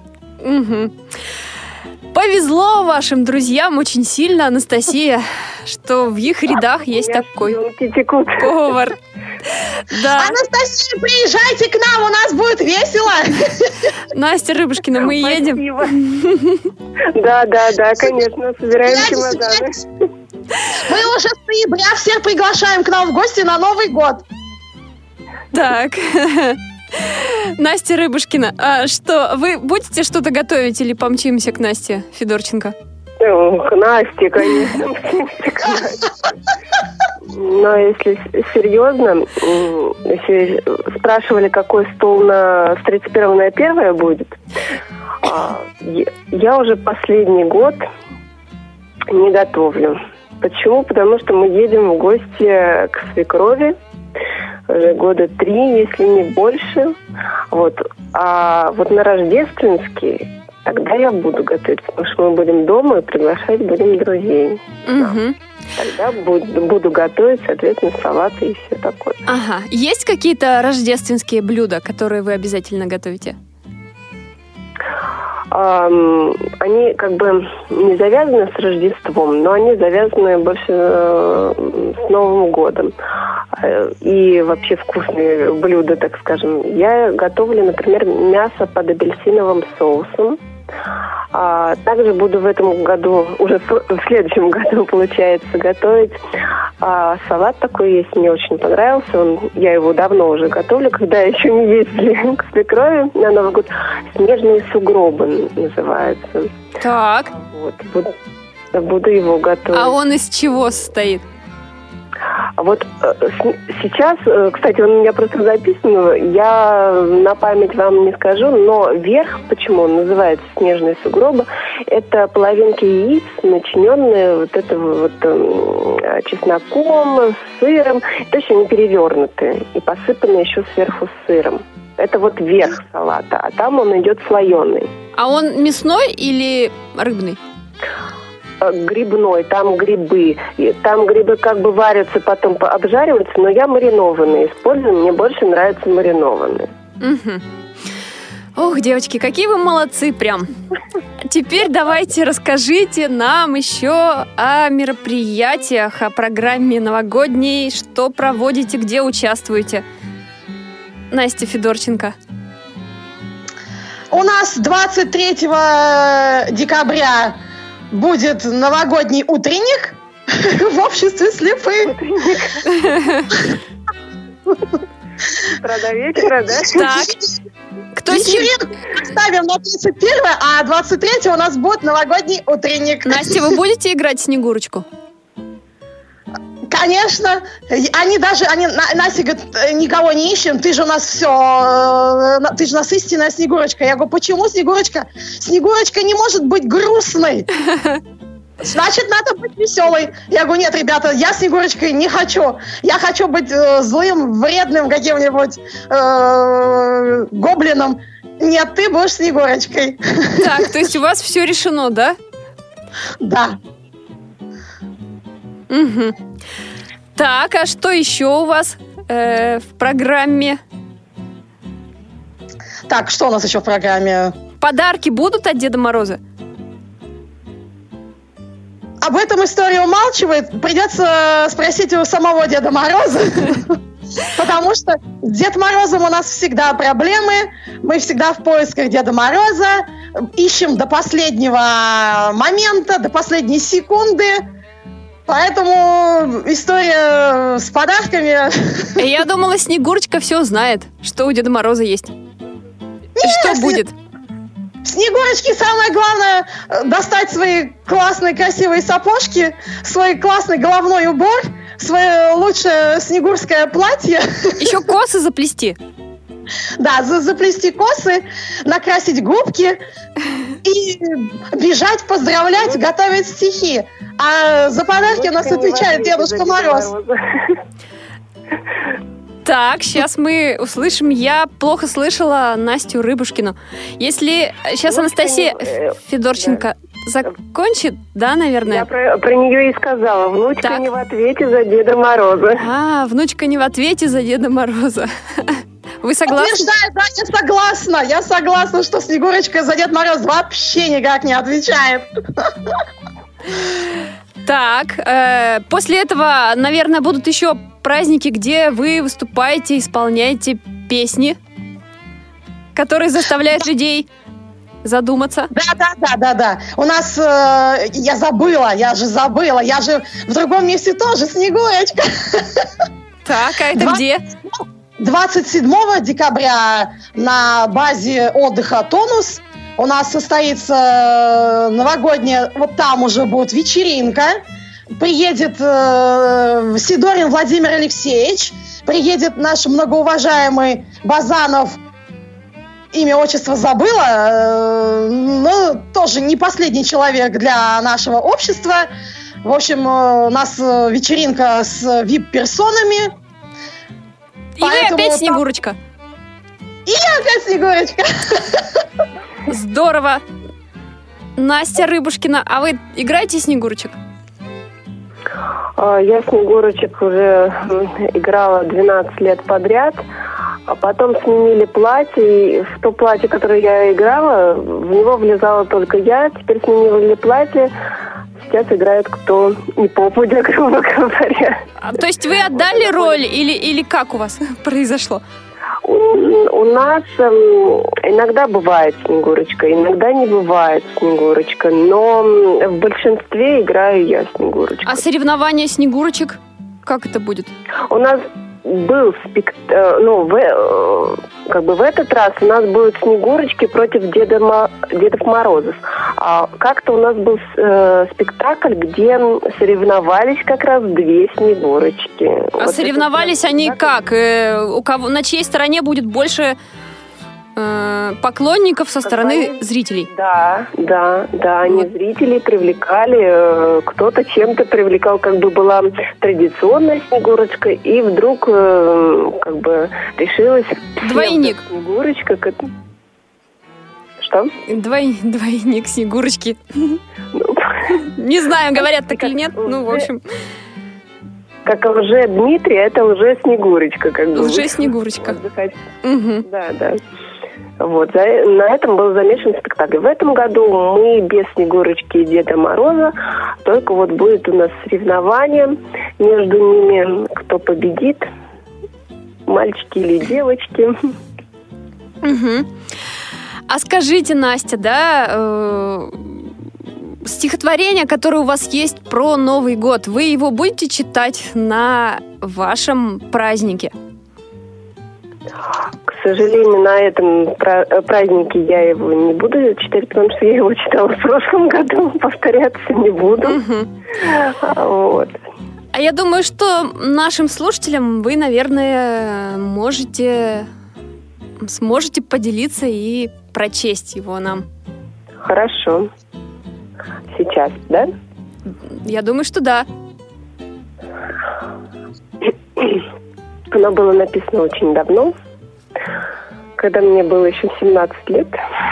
D: Повезло вашим друзьям очень сильно, Анастасия, что в их рядах есть такой повар. Да.
E: Анастасия, приезжайте к нам, у нас будет весело.
D: Настя Рыбушкина, мы едем.
F: Да, конечно, собираем чемоданы.
E: Мы уже с ноября всех приглашаем к нам в гости на Новый год.
D: Так, Настя Рыбушкина, а что, вы будете что-то готовить или помчимся к Насте Федорченко?
F: К Насте, конечно. Но если серьезно, если спрашивали, какой стол с 31 на 1 будет, я уже последний год не готовлю. Почему? Потому что мы едем в гости к свекрови уже года 3, если не больше. А вот на рождественский тогда я буду готовить, потому что мы будем дома и приглашать будем друзей. Тогда буду готовить, соответственно, салаты и все такое.
D: Ага. Есть какие-то рождественские блюда, которые вы обязательно готовите?
F: Они как бы не завязаны с Рождеством, но они завязаны больше с Новым годом. И вообще вкусные блюда, так скажем. Я готовлю, например, мясо под апельсиновым соусом. Также буду в этом году, уже в следующем году, получается, готовить салат такой есть, мне очень понравился. Я его давно уже готовлю, когда еще не ездили к свекрови на Новый год. «Снежные сугробы» называется.
D: Так.
F: Буду его готовить.
D: А он из чего состоит?
F: А вот сейчас, кстати, он у меня просто записан, я на память вам не скажу, но верх, почему он называется снежные сугробы, это половинки яиц, начиненные вот это вот чесноком, сыром, то есть они перевернутые и посыпаны еще сверху сыром. Это вот верх салата, а там он идет слоеный.
D: А он мясной или рыбный?
F: Грибной, там грибы. Там грибы как бы варятся, потом обжариваются, но я маринованные использую, мне больше нравятся маринованные.
D: Угу. Ох, девочки, какие вы молодцы прям. Теперь давайте расскажите нам еще о мероприятиях, о программе новогодней, что проводите, где участвуете. Настя Федорченко.
E: У нас 23 декабря будет новогодний утренник в обществе слепых.
F: Утро до вечера, да?
D: Так. Кто
E: вечеринку ставим на 31, а 23 у нас будет новогодний утренник.
D: Настя, вы будете играть в Снегурочку?
E: Конечно. Настя говорит, никого не ищем, ты же у нас истинная Снегурочка. Я говорю, почему Снегурочка? Снегурочка не может быть грустной. Значит, надо быть веселой. Я говорю, нет, ребята, я Снегурочкой не хочу. Я хочу быть злым, вредным каким-нибудь гоблином. Нет, ты будешь Снегурочкой.
D: Так, то есть у вас все решено, да?
E: Да.
D: Угу. Так, а что еще у вас в программе?
E: Так, что у нас еще в программе?
D: Подарки будут от Деда Мороза?
E: Об этом история умалчивает. Придется спросить у самого Деда Мороза. Потому что с Дедом Морозом у нас всегда проблемы. Мы всегда в поисках Деда Мороза. Ищем до последнего момента, до последней секунды. Поэтому история с подарками...
D: Я думала, Снегурочка все знает, что у Деда Мороза есть. И что будет?
E: В Снегурочке самое главное достать свои классные красивые сапожки, свой классный головной убор, свое лучшее снегурское платье.
D: Еще косы заплести.
E: Да, заплести косы, накрасить губки и бежать, поздравлять, готовить стихи. А за подарки у нас отвечает Дедушка Мороз.
D: Так, сейчас мы услышим. Я плохо слышала Настю Рыбушкину. Если сейчас Анастасия Федорченко закончит, да, наверное?
F: Я про нее и сказала. Внучка не в ответе за Деда Мороза.
D: А, внучка не в ответе за Деда Мороза. Вы согласны?
E: Подтверждаю, да, я согласна. Я согласна, что Снегурочка за Дед Мороз вообще никак не отвечает.
D: Так, после этого, наверное, будут еще праздники, где вы выступаете, исполняете песни, которые заставляют людей задуматься.
E: Да. У нас, я же в другом месте тоже Снегурочка.
D: Так, а это где?
E: 27 декабря на базе отдыха «Тонус» у нас состоится новогодняя, вот там уже будет вечеринка. Приедет Сидорин Владимир Алексеевич, приедет наш многоуважаемый Базанов, имя, отчество забыла, но тоже не последний человек для нашего общества. В общем, у нас вечеринка с VIP-персонами.
D: И вы опять Снегурочка.
E: И я опять Снегурочка.
D: Здорово. Настя Рыбушкина, а вы играете Снегурочек?
F: Я Снегурочек уже играла 12 лет подряд, а потом сменили платье, и в то платье, которое я играла, в него влезала только я, теперь сменили платье, сейчас играет кто не попадя, грубо говоря.
D: То есть вы отдали роль или как у вас произошло?
F: У нас иногда бывает Снегурочка, иногда не бывает Снегурочка, но в большинстве играю я Снегурочку.
D: А соревнования Снегурочек, как это будет?
F: У нас был в этот раз у нас будут Снегурочки против Дедов Морозов. Как-то у нас был спектакль, где соревновались как раз 2 Снегурочки.
D: А вот соревновались они как? У кого, на чьей стороне будет больше поклонников со стороны зрителей?
F: Да, они зрителей привлекали, кто-то чем-то привлекал, как бы была традиционная Снегурочка, и вдруг как бы решилась
D: двойник.
F: Снегурочка. Что?
D: Двойник Снегурочки. Не знаю, говорят так или нет, в общем.
F: Как Лже-Дмитрий, это Лже-Снегурочка.
D: Лже-Снегурочка.
F: Да. Вот, на этом был замешан спектакль. В этом году мы без Снегурочки и Деда Мороза, только вот будет у нас соревнование между ними, кто победит, мальчики или девочки.
D: А скажите, Настя, стихотворение, которое у вас есть про Новый год, вы его будете читать на вашем празднике?
F: К сожалению, на этом празднике я его не буду читать, потому что я его читала в прошлом году, повторяться не буду. Вот.
D: А я думаю, что нашим слушателям вы, наверное, сможете поделиться и прочесть его нам.
F: Хорошо. Сейчас, да?
D: Я думаю, что да.
F: Оно было написано очень давно, когда мне было еще 17 лет.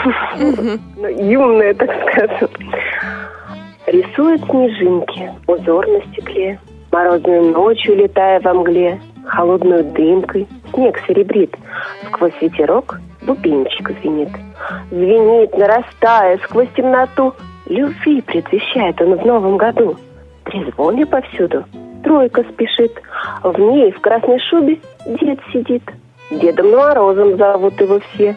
F: Юная, так скажем. Рисуют снежинки узор на стекле, морозную ночью летая во мгле, холодную дымкой снег серебрит, сквозь ветерок бубенчик звенит. Звенит, нарастая сквозь темноту, любви предвещает он в новом году. Трезвоня повсюду, тройка спешит, в ней в красной шубе дед сидит. Дедом Морозом зовут его все.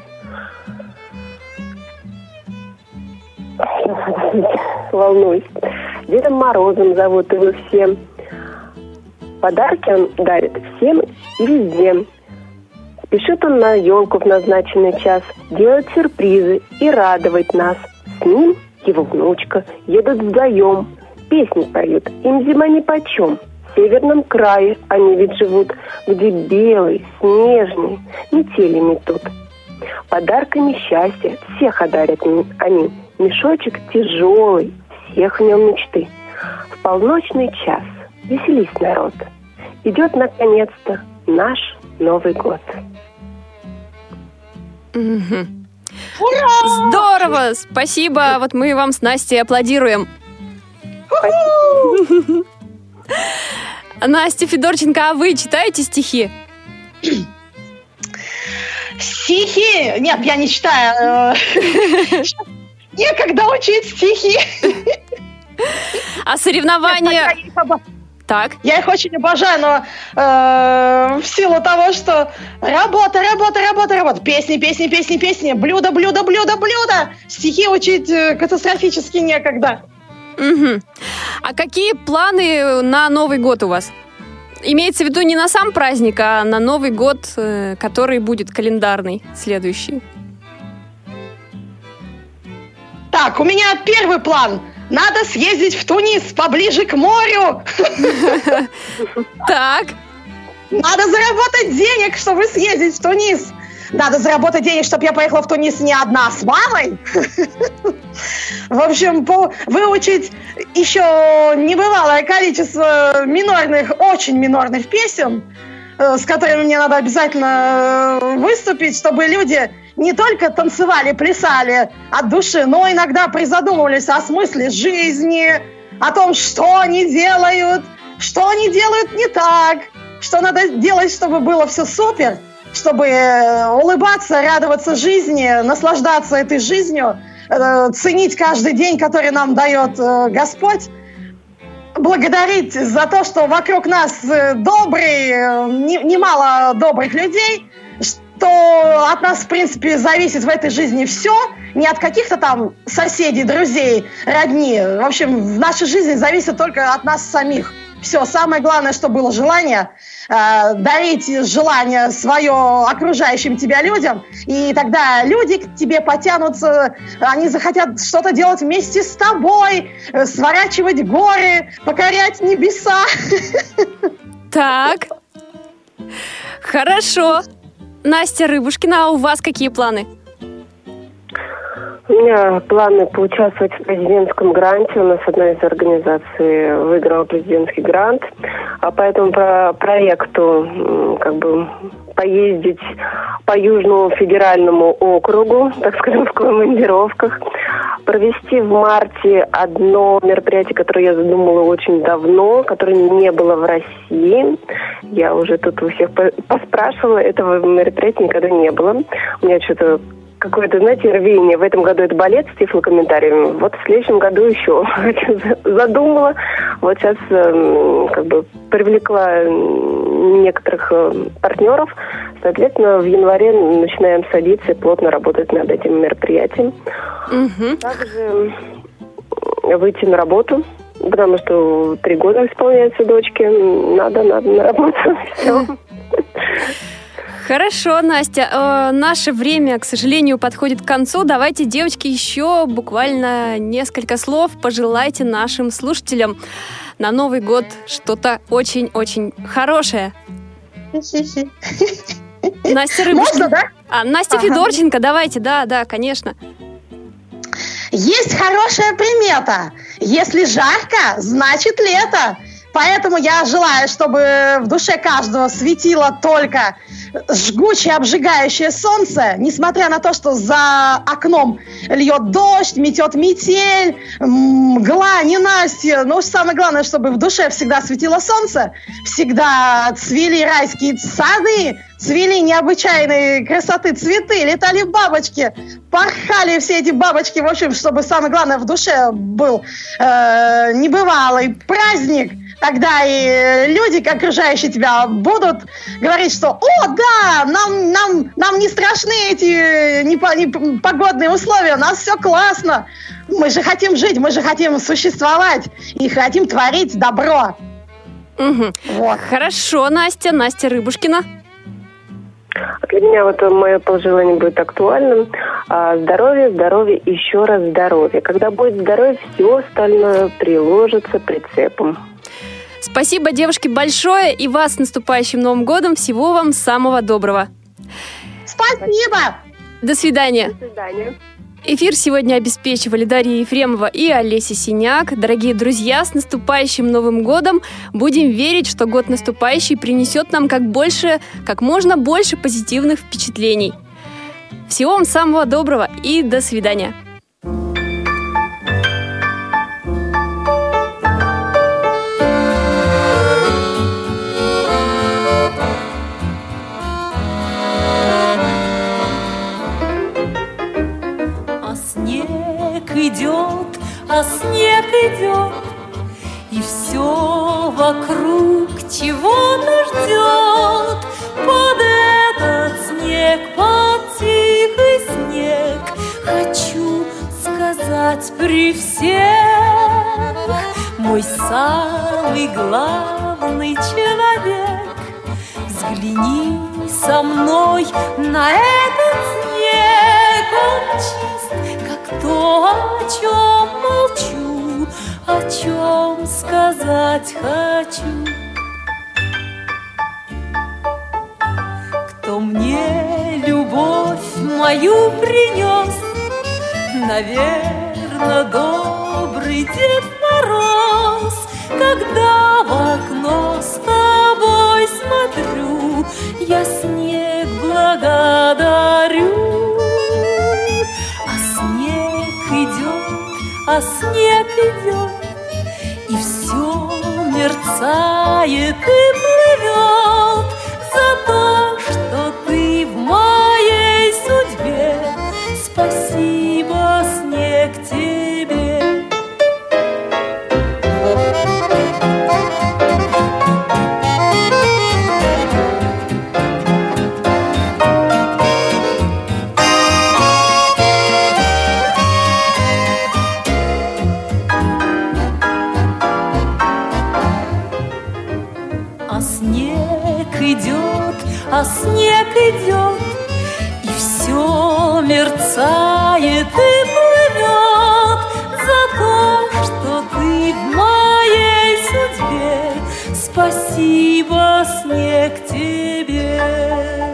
F: Волнуюсь. Дедом Морозом зовут его все. Подарки он дарит всем и везде. Спешит он на елку в назначенный час, делать сюрпризы и радовать нас. С ним его внучка едут вдвоем, песни поют, им зима нипочем. В северном крае они ведь живут, где белый, снежный, метели метут. Подарками счастья всех одарят они. Мешочек тяжелый, всех в нем мечты. В полночный час веселись, народ. Идет наконец-то наш Новый год.
D: Ура! Здорово! Спасибо! Вот мы вам с Настей аплодируем. Настя Федорченко, а вы читаете стихи?
E: Стихи? Нет, я не читаю. Некогда учить стихи.
D: А соревнования... Так.
E: Я их очень обожаю, но в силу того, что работа, песни, блюдо. Стихи учить катастрофически некогда.
D: Угу. А какие планы на Новый год у вас? Имеется в виду не на сам праздник, а на Новый год, который будет календарный, следующий.
E: Так, у меня первый план. Надо съездить в Тунис поближе к морю.
D: Так.
E: Надо заработать денег, чтобы съездить в Тунис. Надо заработать денег, чтобы я поехала в Тунис не одна, а с мамой. В общем, выучить еще небывалое количество очень минорных песен, с которыми мне надо обязательно выступить, чтобы люди не только танцевали, плясали от души, но иногда призадумывались о смысле жизни, о том, что они делают не так, что надо делать, чтобы было все супер, чтобы улыбаться, радоваться жизни, наслаждаться этой жизнью, ценить каждый день, который нам дает Господь, благодарить за то, что вокруг нас немало добрых людей, что от нас, в принципе, зависит в этой жизни все, не от каких-то там соседей, друзей, родни. В общем, в нашей жизни зависит только от нас самих. Все, самое главное, что было желание, дарить желание свое окружающим тебя людям, и тогда люди к тебе потянутся, они захотят что-то делать вместе с тобой, сворачивать горы, покорять небеса.
D: Так, хорошо. Настя Рыбушкина, а у вас какие планы?
F: У меня планы поучаствовать в президентском гранте. У нас одна из организаций выиграла президентский грант. А по этому проекту поездить по Южному федеральному округу, так скажем, в командировках. Провести в марте одно мероприятие, которое я задумала очень давно, которое не было в России. Я уже тут у всех поспрашивала, этого мероприятия никогда не было. У меня что-то какое-то, знаете, рвение. В этом году это балет с тифлокомментариями. Вот в следующем году еще задумала. Вот сейчас привлекла некоторых партнеров. Соответственно, в январе начинаем садиться и плотно работать над этим мероприятием. Также выйти на работу, потому что 3 года исполняется дочке. Надо на работу. Все.
D: Хорошо, Настя. Наше время, к сожалению, подходит к концу. Давайте, девочки, еще буквально несколько слов пожелайте нашим слушателям на Новый год что-то очень-очень хорошее. Настя Рыбушкина.
E: Можно, да?
D: Настя Федорченко, давайте, да, конечно.
E: Есть хорошая примета. Если жарко, значит лето. Поэтому я желаю, чтобы в душе каждого светило только жгучее, обжигающее солнце, несмотря на то, что за окном льет дождь, метет метель, мгла, ненастье. Но самое главное, чтобы в душе всегда светило солнце, всегда цвели райские сады, цвели необычайные красоты цветы, летали бабочки, порхали все эти бабочки. В общем, чтобы самое главное в душе был небывалый праздник. Тогда и люди, окружающие тебя, будут говорить, что «О, да, нам не страшны эти непогодные условия, у нас все классно, мы же хотим жить, мы же хотим существовать и хотим творить добро».
D: Угу.
E: Вот.
D: Хорошо, Настя Рыбушкина.
F: Для меня мое пожелание будет актуальным. Здоровье, здоровье, еще раз здоровье. Когда будет здоровье, все остальное приложится прицепом.
D: Спасибо, девушки, большое, и вас с наступающим Новым годом. Всего вам самого доброго.
E: Спасибо!
D: До свидания.
F: До свидания.
D: Эфир сегодня обеспечивали Дарья Ефремова и Олеся Синяк. Дорогие друзья, с наступающим Новым годом! Будем верить, что год наступающий принесет нам как можно больше позитивных впечатлений. Всего вам самого доброго и до свидания.
H: Снег идет, и все вокруг чего-то ждет. Под этот снег, под тихий снег, хочу сказать при всех: мой самый главный человек, взгляни со мной на этот снег. Он чист, как то, о чем молчу, о чем сказать хочу. Кто мне любовь мою принес, наверно, добрый Дед Мороз. Когда в окно с тобой смотрю, я снег благодарю. А снег идет, и все мерцает и плывет за то, что ты в моей судьбе. Спасибо, снег, тебе. А снег идет, а снег идет, и все мерцает и плывет за то, что ты в моей судьбе. Спасибо, снег, тебе.